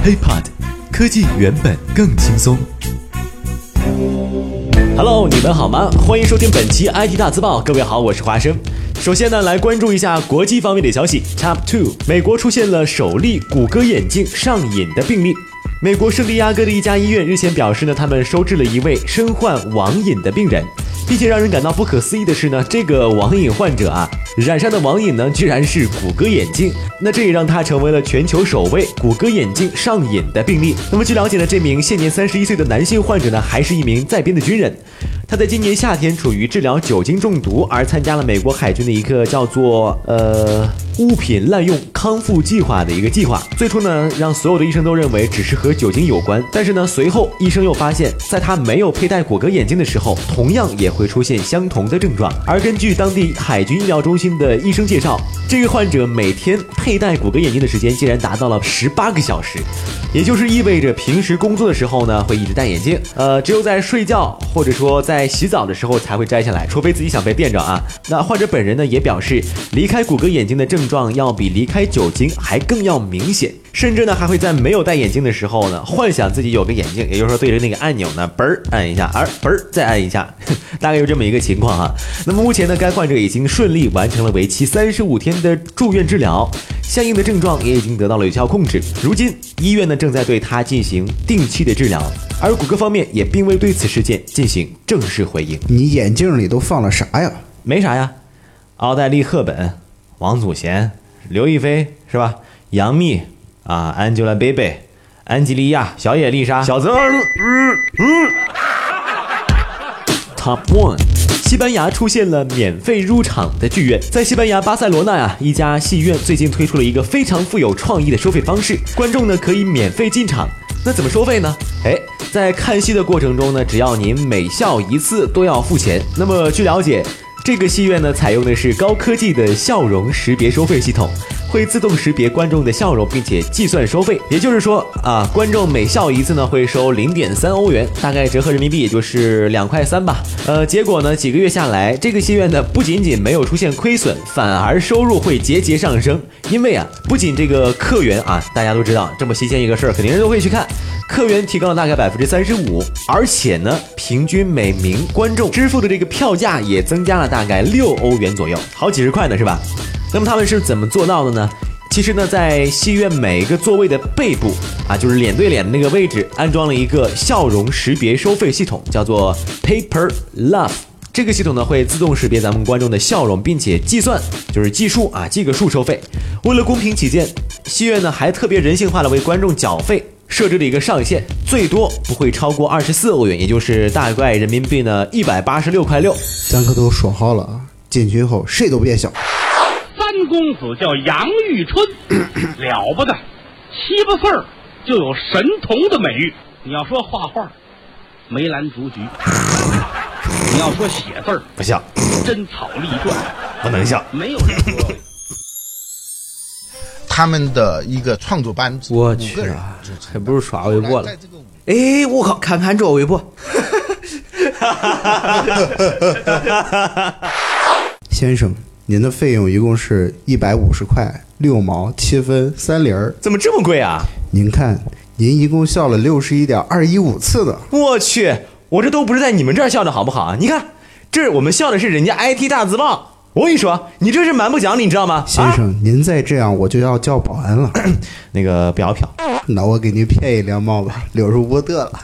HeyPod， 科技原本更轻松。 Hello， 你们好吗？欢迎收听本期 IT 大字报。各位好，我是华生。首先呢，来关注一下国际方面的消息。Top 2， 美国出现了首例谷歌眼镜上瘾的病例。美国圣地亚哥的一家医院日前表示呢，他们收治了一位身患网瘾的病人，并且让人感到不可思议的是呢，这个网瘾患者啊，染上的网瘾呢，居然是谷歌眼镜。那这也让他成为了全球首位谷歌眼镜上瘾的病例。那么据了解呢，这名现年31岁的男性患者呢，还是一名在编的军人。他在今年夏天处于治疗酒精中毒，而参加了美国海军的一个叫做物品滥用康复计划的一个计划。最初呢，让所有的医生都认为只是和酒精有关，但是呢，随后医生又发现，在他没有佩戴谷歌眼镜的时候，同样也会出现相同的症状。而根据当地海军医疗中心的医生介绍，这个患者每天佩戴谷歌眼镜的时间竟然达到了18个小时，也就是意味着平时工作的时候呢，会一直戴眼镜，只有在睡觉或者说在洗澡的时候才会摘下来，除非自己想被电着啊。那患者本人呢也表示，离开谷歌眼镜的症状要比离开酒精还更要明显，甚至呢还会在没有戴眼镜的时候呢，幻想自己有个眼镜，也就是说对着那个按钮呢，嘣儿按一下，而嘣儿再按一下，大概有这么一个情况哈。那么目前呢，该患者已经顺利完成了为期35天的住院治疗，相应的症状也已经得到了有效控制。如今医院呢正在对他进行定期的治疗，而谷歌方面也并未对此事件进行正式回应。 你眼镜里都放了啥呀？ 没啥呀，奥黛丽·赫本、王祖贤、刘亦菲是吧？杨幂啊 ，Angelababy、安吉丽亚、小野丽莎、小泽Top 1， 西班牙出现了免费入场的剧院。在西班牙巴塞罗那呀，一家戏院最近推出了一个非常富有创意的收费方式，观众呢可以免费进场。那怎么收费呢？在看戏的过程中呢，只要您每笑一次都要付钱。那么据了解，这个戏院呢采用的是高科技的笑容识别收费系统，会自动识别观众的笑容，并且计算收费。也就是说啊，观众每笑一次呢会收0.3欧元，大概折合人民币也就是2块3吧。结果呢几个月下来，这个戏院呢不仅仅没有出现亏损，反而收入会节节上升。因为啊，不仅这个客源啊，大家都知道这么新鲜一个事儿，肯定人都会去看。客源提高了大概35%，而且呢，平均每名观众支付的这个票价也增加了大概6欧元左右，好几十块呢，是吧？那么他们是怎么做到的呢？其实呢，在戏院每个座位的背部啊，就是脸对脸的那个位置，安装了一个笑容识别收费系统，叫做 Paper Laugh。这个系统呢会自动识别咱们观众的笑容，并且计算，就是计数啊，计个数收费。为了公平起见，戏院呢还特别人性化的为观众缴费设置了一个上限，最多不会超过24欧元，也就是大概人民币呢186块6。 咱可都说好了啊，进去后谁都别笑。 三公子叫杨玉春，了不得，7、8岁就有神童的美誉。你要说画画，梅兰竹菊；你要说写字儿， 不笑； 真草隶篆， 不能笑。 没有人说。 他们的一个创作班， 我去啊，还不如刷微博了。 哎，我靠，看看这微博。先生，您的费用一共是150块6毛7分3厘。 怎么这么贵啊？ 您看，您一共笑了61.215次呢。 我去，我这都不是在你们这儿笑的好不好啊？你看，这我们笑的是人家 IT 大字报。我跟你说，你这是蛮不讲理，你知道吗？ 先生，您再这样我就要叫保安了。 那个不要票， 那我给您便宜2毛吧，65得了。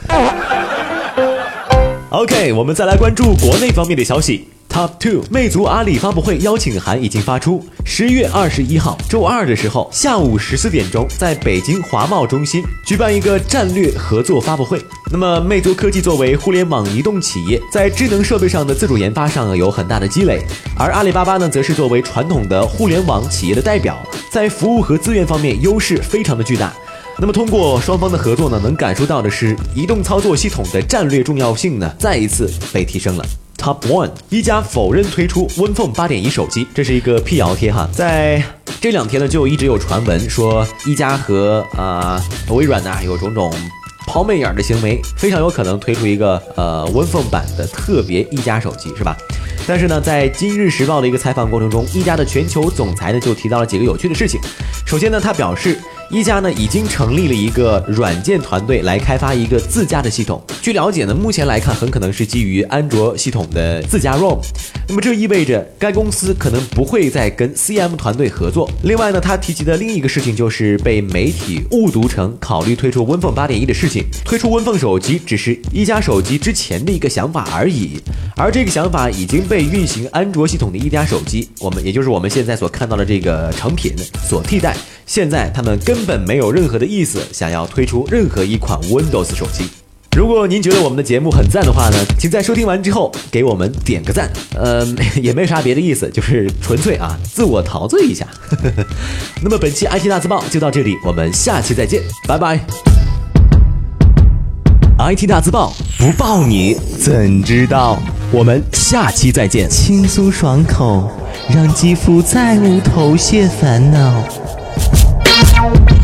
OK， 我们再来关注国内方面的消息。Top 2， 魅族阿里发布会邀请函已经发出，10月21号周二的时候，下午14点钟，在北京华贸中心举办一个战略合作发布会。那么，魅族科技作为互联网移动企业，在智能设备上的自主研发上有很大的积累，而阿里巴巴呢，则是作为传统的互联网企业的代表，在服务和资源方面优势非常的巨大。那么通过双方的合作呢，能感受到的是移动操作系统的战略重要性呢，再一次被提升了。Top 1， 一加否认推出 Winphone 8.1 手机，这是一个辟谣贴哈。在这2天呢，就一直有传闻说一加和微软呢有种种抛媚眼的行为，非常有可能推出一个Winphone 版的特别一加手机，是吧？但是呢，在今日时报的一个采访过程中，一加的全球总裁呢就提到了几个有趣的事情。首先呢，他表示一加呢已经成立了一个软件团队来开发一个自家的系统。据了解呢，目前来看很可能是基于安卓系统的自家 ROM。那么这意味着该公司可能不会再跟 CM 团队合作。另外呢，他提及的另一个事情就是被媒体误读成考虑推出 Winphone 8.1的事情。推出 Winphone 手机只是一加手机之前的一个想法而已，而这个想法已经被运行安卓系统的一加手机，也就是我们现在所看到的这个成品所替代。现在他们根本没有任何的意思想要推出任何一款 Windows 手机。如果您觉得我们的节目很赞的话呢，请在收听完之后给我们点个赞，也没啥别的意思，就是纯粹自我陶醉一下。那么本期 IT 大字报就到这里，我们下期再见，拜拜。IT 大字报不报你怎知道？我们下期再见。 轻松爽口，让肌肤再无头屑烦恼。